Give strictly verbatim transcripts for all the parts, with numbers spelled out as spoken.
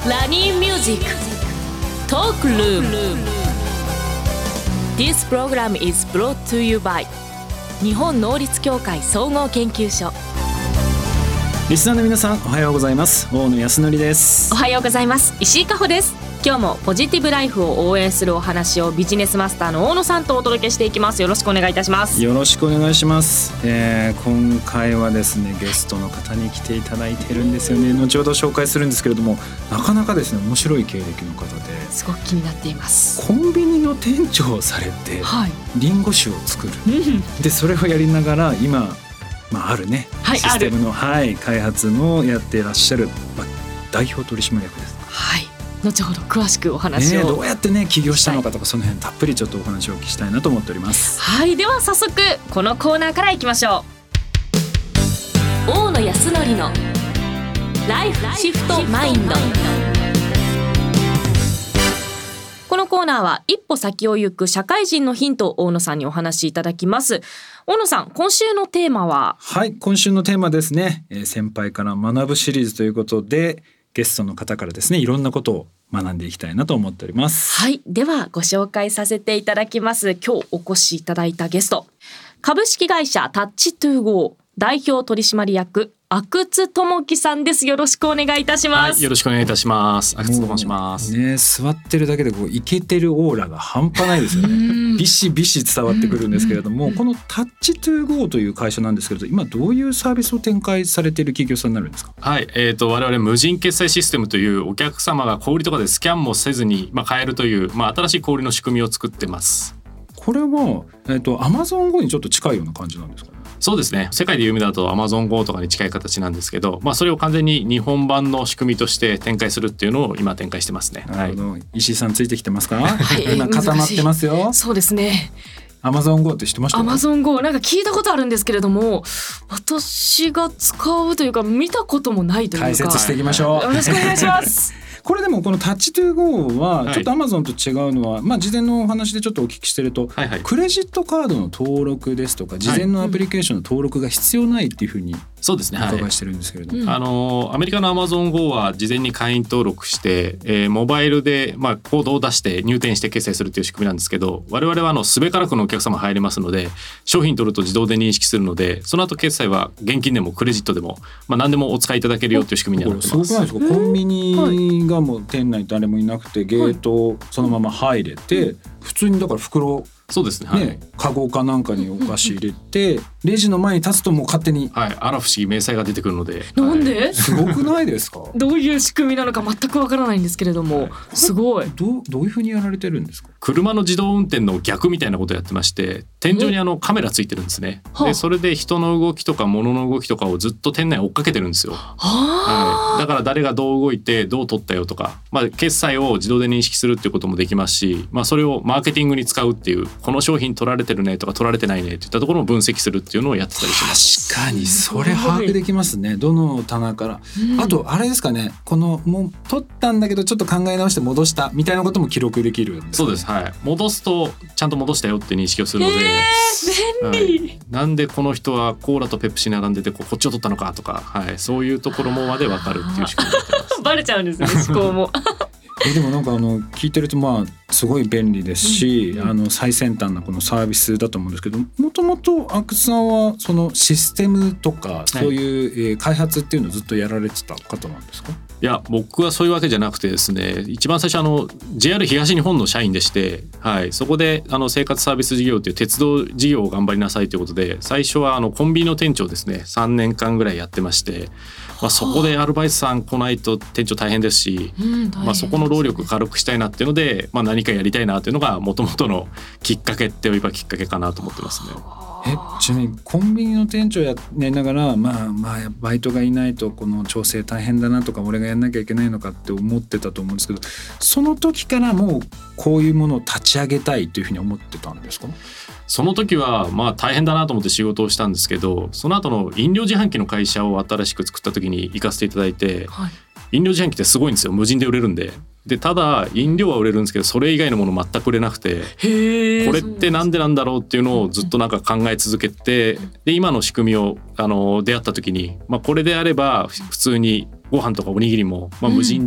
ラニーミュージックトークルーム This program is brought to you by 日本能率協会総合研究所。 リスナーの皆さん、おはようございます。大野康則です。 おはようございます。石井加穂です。今日もポジティブライフを応援するお話をビジネスマスターの大野さんとお届けしていきます。よろしくお願いいたします。 よろしくお願いします、えー、今回はですね、ゲストの方に来ていただいてるんですよね。後ほど紹介するんですけれども、なかなかですね、面白い経歴の方ですごく気になっています。 コンビニの店長をされて、はい、リンゴ酒を作るで、それをやりながら今、まあ、あるね、はい、システムの、はい、開発のやっていらっしゃる、まあ、代表取締役です。 はい、後ほど詳しくお話を、 ね、どうやってね起業したのかとか、その辺たっぷりちょっとお話をお聞きしたいなと思っております。 はい、では早速このコーナーからいきましょう。大野康則のライフシフトマインド。このコーナーは一歩先を行く社会人のヒントを大野さんにお話しいただきます。大野さん、今週のテーマは？ はい、今週のテーマですね、えー、先輩から学ぶシリーズということで、ゲストの方からですね、いろんなことを学んでいきたいなと思っております。 はい、ではご紹介させていただきます。今日お越しいただいたゲスト、株式会社タッチトゥーゴー代表取締役阿久津智樹さんです。よろしくお願いいたします。 はい、よろしくお願いいたします。阿久津と申します。 ね、座ってるだけでこうイケてるオーラが半端ないですよね。ビシビシ伝わってくるんですけれども、このタッチトゥーゴーという会社なんですけれど、今どういうサービスを展開されている企業さんになるんですか？ はい、えーと、我々無人決済システムという、お客様が小売とかでスキャンもせずに、まあ、買えるという、まあ、新しい小売の仕組みを作ってます。 これは、えーと、Amazon Go にちょっと近いような感じなんですかね？ そうですね、世界で有名だと Amazon Go とかに近い形なんですけど、まあ、それを完全に日本版の仕組みとして展開するっていうのを今展開してますね。 なるほど、 はい、 石井さんついてきてますか？ はい、 今固まってますよ。 そうですね。 Amazon Go って知ってました？ Amazon Go なんか聞いたことあるんですけれども、私が使うというか見たこともないというか、 解説していきましょう。 よろしくお願いしますこれでもこのタッチトゥーゴーはちょっと Amazon と違うのは、はい、まあ、事前のお話でちょっとお聞きしてると、はいはい、クレジットカードの登録ですとか事前のアプリケーションの登録が必要ないっていうふうにお伺いしてるんですけれども、 あのアメリカの Amazon Go は事前に会員登録して、えー、モバイルで、まあ、コードを出して入店して決済するっていう仕組みなんですけど、我々はあのすべからくのお客様入れますので、商品取ると自動で認識するので、その後決済は現金でもクレジットでも、まあ、何でもお使いいただけるよっていう仕組みになってます。 すごくないですか？コンビニがもう店内誰もいなくて、ゲートそのまま入れて、はい、普通にだから袋、 そうですね、はい、 カゴかなんかにお菓子入れて、レジの前に立つともう勝手に、 はい、あら不思議明細が出てくるので。 なんで、 はい、 すごくないですか？ どういう仕組みなのか全くわからないんですけれども、はい、すごい。 どう、どういうふうにやられてるんですか？ 車の自動運転の逆みたいなことをやってまして、天井にあのカメラついてるんですね。でそれで人の動きとか物の動きとかをずっと店内追っかけてるんですよ。はい、だから誰がどう動いてどう撮ったよとか、まあ、決済を自動で認識するっていうこともできますし、まあ、それをマーケティングに使うっていう、この商品取られてるねとか取られてないねっていったところを分析するっていうのをやってたりします。 確かにそれ把握できますね、どの棚から、うん、あとあれですかね、このもう取ったんだけどちょっと考え直して戻したみたいなことも記録できるんですかね？ そうです、はい、戻すとちゃんと戻したよって認識をするので、 便利、 はい、なんでこの人はコーラとペプシ並んでてこっちを取ったのかとか、はい、そういうところもまで分かるっていう仕組みになってますバレちゃうんですね、思考もえでもなんかあの聞いてると、まあすごい便利ですし、うんうん、あの最先端なこのサービスだと思うんですけど、もともと阿久津さんはそのシステムとかそういう、はい、えー、開発っていうのをずっとやられてた方なんですか？ いや、僕はそういうわけじゃなくてですね、一番最初あの ジェイアール 東日本の社員でして、はい、そこであの生活サービス事業という鉄道事業を頑張りなさいということで、最初はあのコンビニの店長ですね、さんねんかんぐらいやってまして、まあ、そこでアルバイトさん来ないと店長大変ですし、うん、まあ、そこの労力軽くしたいなっていうので、まあ、何かやりたいなっていうのがもともとのきっかけって言えばきっかけかなと思ってますね。 えちなみにコンビニの店長やりながら、まあまあバイトがいないとこの調整大変だなとか、俺がやんなきゃいけないのかって思ってたと思うんですけど、その時からもうこういうものを立ち上げたいというふうに思ってたんですか？ その時はまあ大変だなと思って仕事をしたんですけど、その後の飲料自販機の会社を新しく作った時に行かせていただいて、はい、飲料自販機ってすごいんですよ、無人で売れるんで。でただ飲料は売れるんですけど、それ以外のもの全く売れなくて、へこれってなんでなんだろうっていうのをずっとなんか考え続けて、で今の仕組みをあの出会った時に、まあ、これであれば普通にご飯とかおにぎりもまあ無人で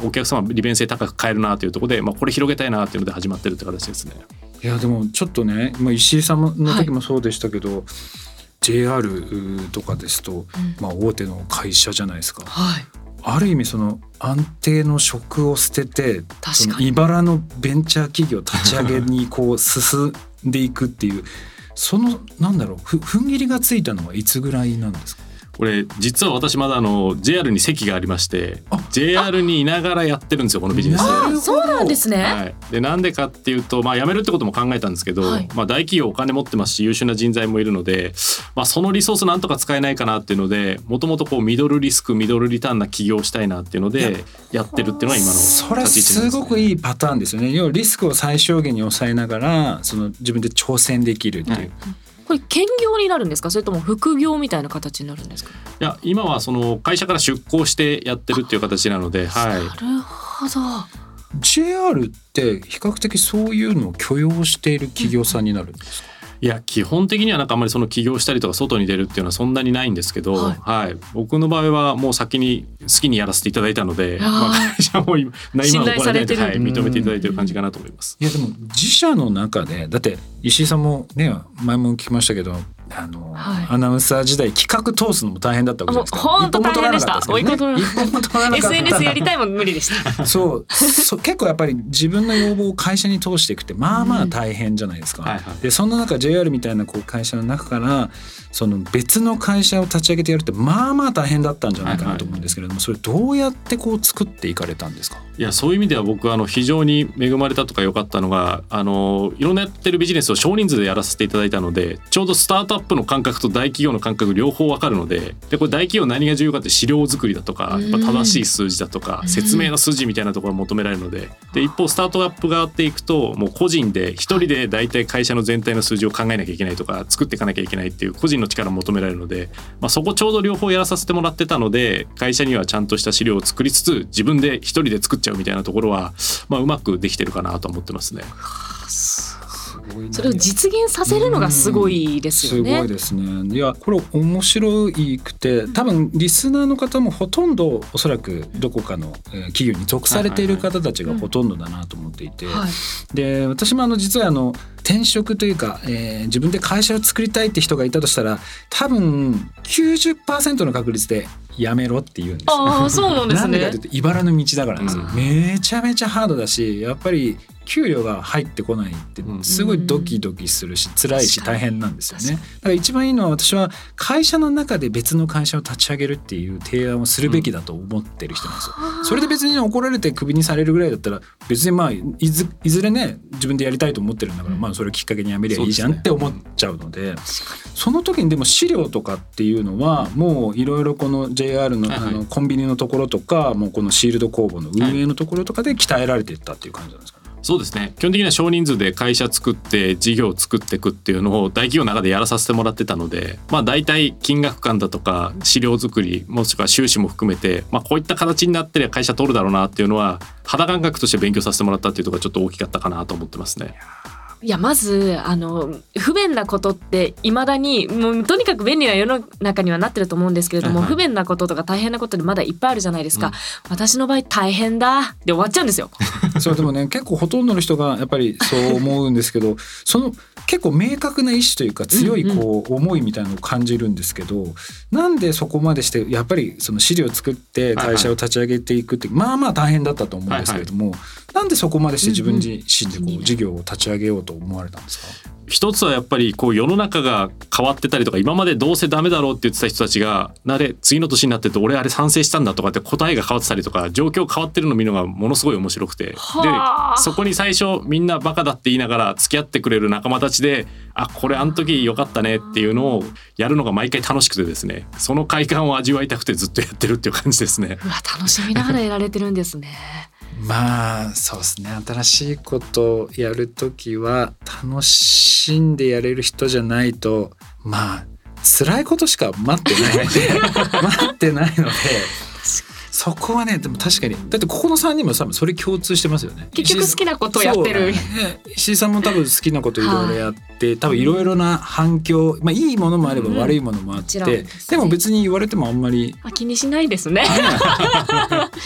お客様利便性高く買えるなというところで、まあ、これ広げたいなというので始まってるって形ですね。 いやでもちょっとね、まあ、石井さんの時もそうでしたけど、はい、ジェイアール とかですと、うんまあ、大手の会社じゃないですか、 はい、 ある意味その安定の職を捨ててその茨のベンチャー企業立ち上げにこう進んでいくっていうそのなんだろうふ踏ん切りがついたのはいつぐらいなんですか？ これ実は私まだあの ジェイアール に席がありまして ジェイアール にいながらやってるんですよこのビジネス。 あそうなんですね、 はい、でなんでかっていうと、まあ、辞めるってことも考えたんですけど、はいまあ、大企業お金持ってますし優秀な人材もいるので、まあ、そのリソースなんとか使えないかなっていうのでもともとミドルリスクミドルリターンな起業をしたいなっていうのでやってるっていうのが今の立ち位置です、ね、 それすごくいいパターンですよね。要はリスクを最小限に抑えながらその自分で挑戦できるっていう、はいこれ兼業になるんですかそれとも副業みたいな形になるんですか？ いや今はその会社から出向してやってるっていう形なので、はい、 なるほど。 ジェイアール って比較的そういうのを許容している企業さんになるんですか？ うんいや基本的にはなんかあんまりその起業したりとか外に出るっていうのはそんなにないんですけど、はいはい、僕の場合はもう先に好きにやらせていただいたので、まあ、会社も今今のお金で、はい、認めていただいている感じかなと思います。 いやでも自社の中でだって石井さんもね前も聞きましたけどあの、はい、アナウンサー時代企画通すのも大変だったわけじゃないですか。 本当大変でした。 一本も取らなかったですけどね。一本も取らなかった。エスエヌエスやりたいも無理でしたそうそ結構やっぱり自分の要望を会社に通していくってまあまあ大変じゃないですか、うんはいはい、でそんな中 ジェイアール みたいなこう会社の中からその別の会社を立ち上げてやるってまあまあ大変だったんじゃないかなと思うんですけれども、それどうやってこう作っていかれたんですか？ いやそういう意味では僕はあの非常に恵まれたとか良かったのがあのいろんなやってるビジネスを少人数でやらせていただいたのでちょうどスタートアップの感覚と大企業の感覚両方分かるので、でこれ大企業何が重要かって資料作りだとかやっぱ正しい数字だとか説明の数字みたいなところが求められるので、で一方スタートアップがあっていくともう個人で一人で大体会社の全体の数字を考えなきゃいけないとか作っていかなきゃいけないっていう個人の力を求められるので、まあ、そこちょうど両方やらさせてもらってたので会社にはちゃんとした資料を作りつつ自分で一人で作っちゃうみたいなところは、まあ、うまくできてるかなと思ってますね。 それを実現させるのがすごいですよね。 すごいですね。いやこれ面白いくて多分リスナーの方もほとんどおそらくどこかの企業に属されている方たちがほとんどだなと思っていて、で私もあの実はあの転職というか、えー、自分で会社を作りたいって人がいたとしたら多分 きゅうじゅっパーセント の確率でやめろって言うんですよ。 あそうなんですね。 なんでかというと茨の道だからなんですよ、うん、めちゃめちゃハードだしやっぱり給料が入ってこないってすごいドキドキするし辛いし大変なんですよね。だから一番いいのは私は会社の中で別の会社を立ち上げるっていう提案をするべきだと思ってる人なんですよ。それで別に怒られてクビにされるぐらいだったら別にまあい ず, いずれね自分でやりたいと思ってるんだからまあそれをきっかけにやめりゃいいじゃんって思っちゃうので、その時にでも資料とかっていうのはもういろいろこの ジェイアール の, あのコンビニのところとかもうこのシールド工房の運営のところとかで鍛えられていったっていう感じなんですかね。 そうですね。基本的には少人数で会社作って事業を作っていくっていうのを大企業の中でやらさせてもらってたので、まあ大体金額感だとか資料作りもしくは収支も含めて、まあこういった形になってりゃ会社取るだろうなっていうのは肌感覚として勉強させてもらったっていうところがちょっと大きかったかなと思ってますね。 いやまずあの不便なことって未だにもうとにかく便利な世の中にはなってると思うんですけれども、はいはい、不便なこととか大変なことでまだいっぱいあるじゃないですか、うん、私の場合大変だで終わっちゃうんですよ。 そうでもね結構ほとんどの人がやっぱりそう思うんですけどその結構明確な意志というか強いこう思いみたいなのを感じるんですけど、うんうん、なんでそこまでしてやっぱりその資料を作って会社を立ち上げていくって、はいはい、まあまあ大変だったと思うんですけれども、はいはい、なんでそこまでして自分自身でこう事業を立ち上げようと思われたんですか？ 一つはやっぱりこう世の中が変わってたりとか今までどうせダメだろうって言ってた人たちがなれ次の年になってて俺あれ賛成したんだとかって答えが変わってたりとか状況変わってるのを見るのがものすごい面白くて、でそこに最初みんなバカだって言いながら付き合ってくれる仲間たちであこれあの時良かったねっていうのをやるのが毎回楽しくてですね、その快感を味わいたくてずっとやってるっていう感じですね。 うわ楽しみながらやられてるんですね。 まあそうですね。新しいことをやるときは楽しんでやれる人じゃないとまあ辛いことしか待ってないので待ってないのでそこはねでも確かにだってここのさんにんも多分それ共通してますよね。 結局好きなことをやってる、 ね、石井さんも多分好きなこといろいろやって、はい、多分いろいろな反響、まあ、いいものもあれば悪いものもあって、うんもでね、でも別に言われてもあんまりあ気にしないですね。 やっぱそ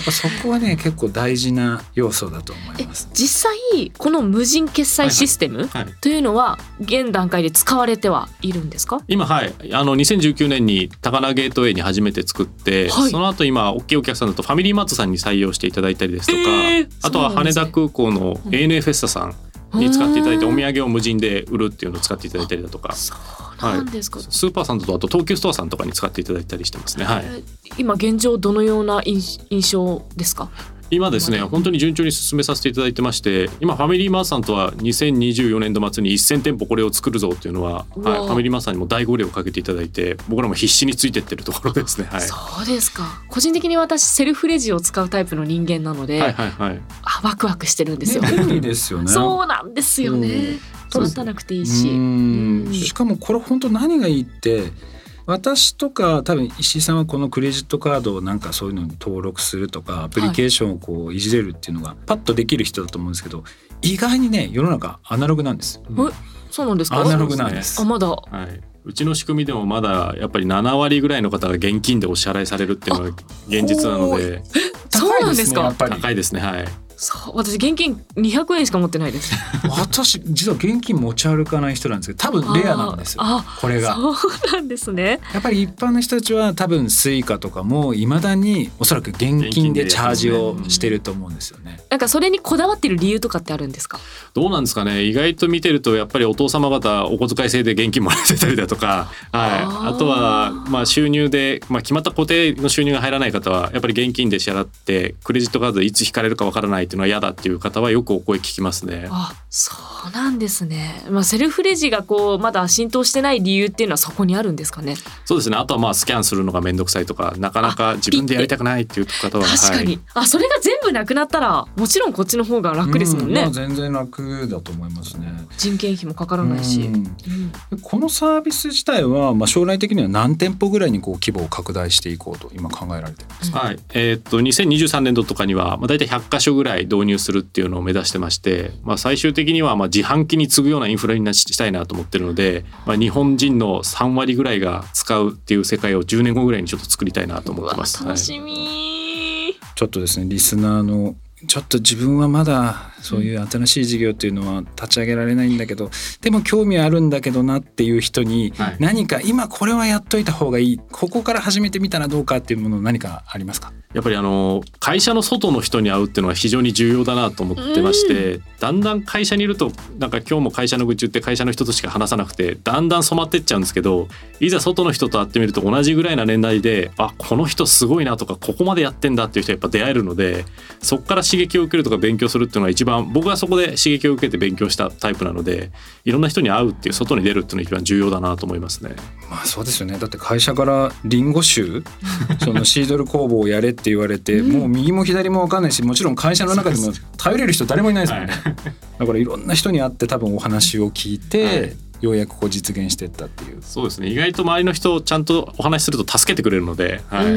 こはね結構大事な要素だと思います。 実際この無人決済システムというのは現段階で使われてはいるんですか？ 今はいあのにせんじゅうきゅうねんに高輪ゲートウェイに初めて作って、はい、その後今大きいお客さんだとファミリーマートさんに採用していただいたりですとか、えー、あとは羽田空港の エーエヌエー フェスタさんに使っていただいてお土産を無人で売るっていうのを使っていただいたりだとか、 そうなんですか、 はい、スーパーさんとあと東急ストアさんとかに使っていただいたりしてますね、はい、 今現状どのような印象ですか？ 今ですね本当に順調に進めさせていただいてまして、今ファミリーマートさんとはにせんにじゅうよねんど末にせんてんぽこれを作るぞっていうのは、はい、ファミリーマートさんにも大号令をかけていただいて僕らも必死についてってるところですね、はい、 そうですか。個人的に私セルフレジを使うタイプの人間なので、 はいはいはい、 あワクワクしてるんですよ、 ね、便利ですよね。 そうなんですよね。取らなくていいし、 うんしかもこれ本当何がいいって私とか多分石井さんはこのクレジットカードをなんかそういうのに登録するとかアプリケーションをこういじれるっていうのがパッとできる人だと思うんですけど、意外にね世の中アナログなんです、うん、 えそうなんですか？ アナログなんです。 あまだ、 はい、うちの仕組みでもまだやっぱりななわりぐらいの方が現金でお支払いされるっていうのが現実なので、 そうなんですか？ やっぱり高いですね。はい。 そう私現金にひゃくえんしか持ってないです私実は現金持ち歩かない人なんですけど多分レアなんですよこれが。 そうなんですね。 やっぱり一般の人たちは多分スイカとかもいまだにおそらく現金でチャージをしてると思うんですよね。 なんかそれにこだわってる理由とかってあるんですか？ どうなんですかね。意外と見てるとやっぱりお父様方お小遣い制で現金もらってたりだとか、はい、あ, あとはまあ収入で、まあ、決まった固定の収入が入らない方はやっぱり現金で支払ってクレジットカードでいつ引かれるかわからないっていうのは嫌だっていう方はよくお声聞きますね。 あ、そうなんですね。まあ、セルフレジがこうまだ浸透してない理由っていうのはそこにあるんですかね。 そうですね。あとはまあスキャンするのがめんどくさいとかなかなか自分でやりたくないっていう方は確かに、はい、あそれが全部なくなったらもちろんこっちの方が楽ですもんね。 うんまあ、全然楽だと思いますね。 人件費もかからないし、うんうん、このサービス自体は、まあ、将来的には何店舗ぐらいにこう規模を拡大していこうと今考えられています、 うんはいえー、っとにせんにじゅうさんねんどとかには、まあ、大体ひゃっかしょぐらい導入するっていうのを目指してまして、まあ、最終的にはまあ自販機に次ぐようなインフラにしたいなと思ってるので、まあ、日本人のさんわりぐらいが使うっていう世界をじゅうねんごぐらいにちょっと作りたいなと思ってます。 楽しみ、 はい、ちょっとですねリスナーのちょっと自分はまだそういう新しい事業っていうのは立ち上げられないんだけど、うん、でも興味あるんだけどなっていう人に何か今これはやっといた方がいい、ここから始めてみたらどうかっていうもの何かありますか？ やっぱりあの会社の外の人に会うっていうのは非常に重要だなと思ってまして、うん、だんだん会社にいるとなんか今日も会社の愚痴言って会社の人としか話さなくてだんだん染まってっちゃうんですけど、いざ外の人と会ってみると同じぐらいな年代であこの人すごいなとかここまでやってんだっていう人やっぱ出会えるので、そこから刺激を受けるとか勉強するっていうのは一番僕はそこで刺激を受けて勉強したタイプなので、いろんな人に会うっていう外に出るっていうのが一番重要だなと思いますね。 まあそうですよね。だって会社からリンゴ酒そのシードル工房をやれって言われて、うん、もう右も左も分かんないし、もちろん会社の中でも頼れる人誰もいないですもんね、はい、だからいろんな人に会って多分お話を聞いて、はいようやくこう実現していったっていう。 そうですね。意外と周りの人をちゃんとお話しすると助けてくれるので、はい、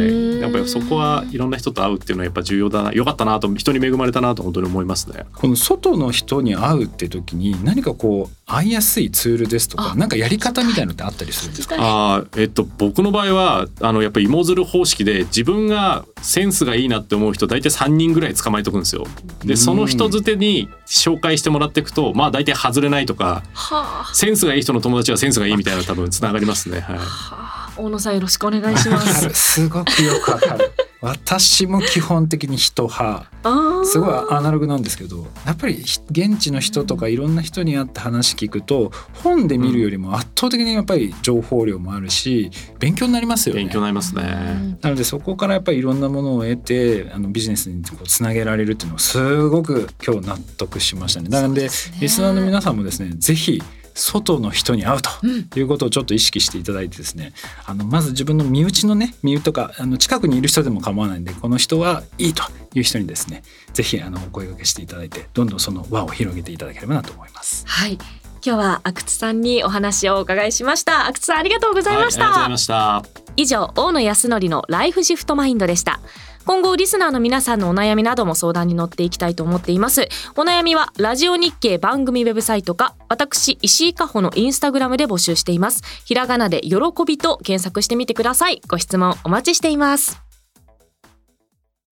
やっぱりそこはいろんな人と会うっていうのはやっぱ重要だな、良かったなと、人に恵まれたなと本当に思いますね。 この外の人に会うって時に何かこう会いやすいツールですとかなんかやり方みたいのってあったりするんですか？ あ、えっと、僕の場合はあのやっぱり芋づる方式で自分がセンスがいいなって思う人大体さんにんぐらい捕まえとくんですよ。でその人づてに紹介してもらっていくとまあ大体外れないとか、センスがいい人の友達はセンスがいいみたいな多分つながりますね。はい、 大野さんよろしくお願いします。 すごくよくわかる。私も基本的に人派、すごいアナログなんですけど、やっぱり現地の人とかいろんな人に会って話聞くと本で見るよりも圧倒的にやっぱり情報量もあるし勉強になりますよね。 勉強になりますね。 なのでそこからやっぱりいろんなものを得てあのビジネスにこうつなげられるっていうのはすごく今日納得しましたね。なのでリスナーの皆さんもですねぜひ外の人に会うということをちょっと意識していただいてですね、あのまず自分の身内のね身内とかあの近くにいる人でも構わないんで、この人はいいという人にですねぜひあのお声掛けしていただいてどんどんその輪を広げていただければなと思います。 はい、今日は阿久津さんにお話をお伺いしました。阿久津さんありがとうございました。 はい、ありがとうございました。 以上大野康則のライフシフトマインドでした。今後リスナーの皆さんのお悩みなども相談に乗っていきたいと思っています。お悩みはラジオ日経番組ウェブサイトか私石井加穂のインスタグラムで募集しています。ひらがなで喜びと検索してみてください。ご質問お待ちしています。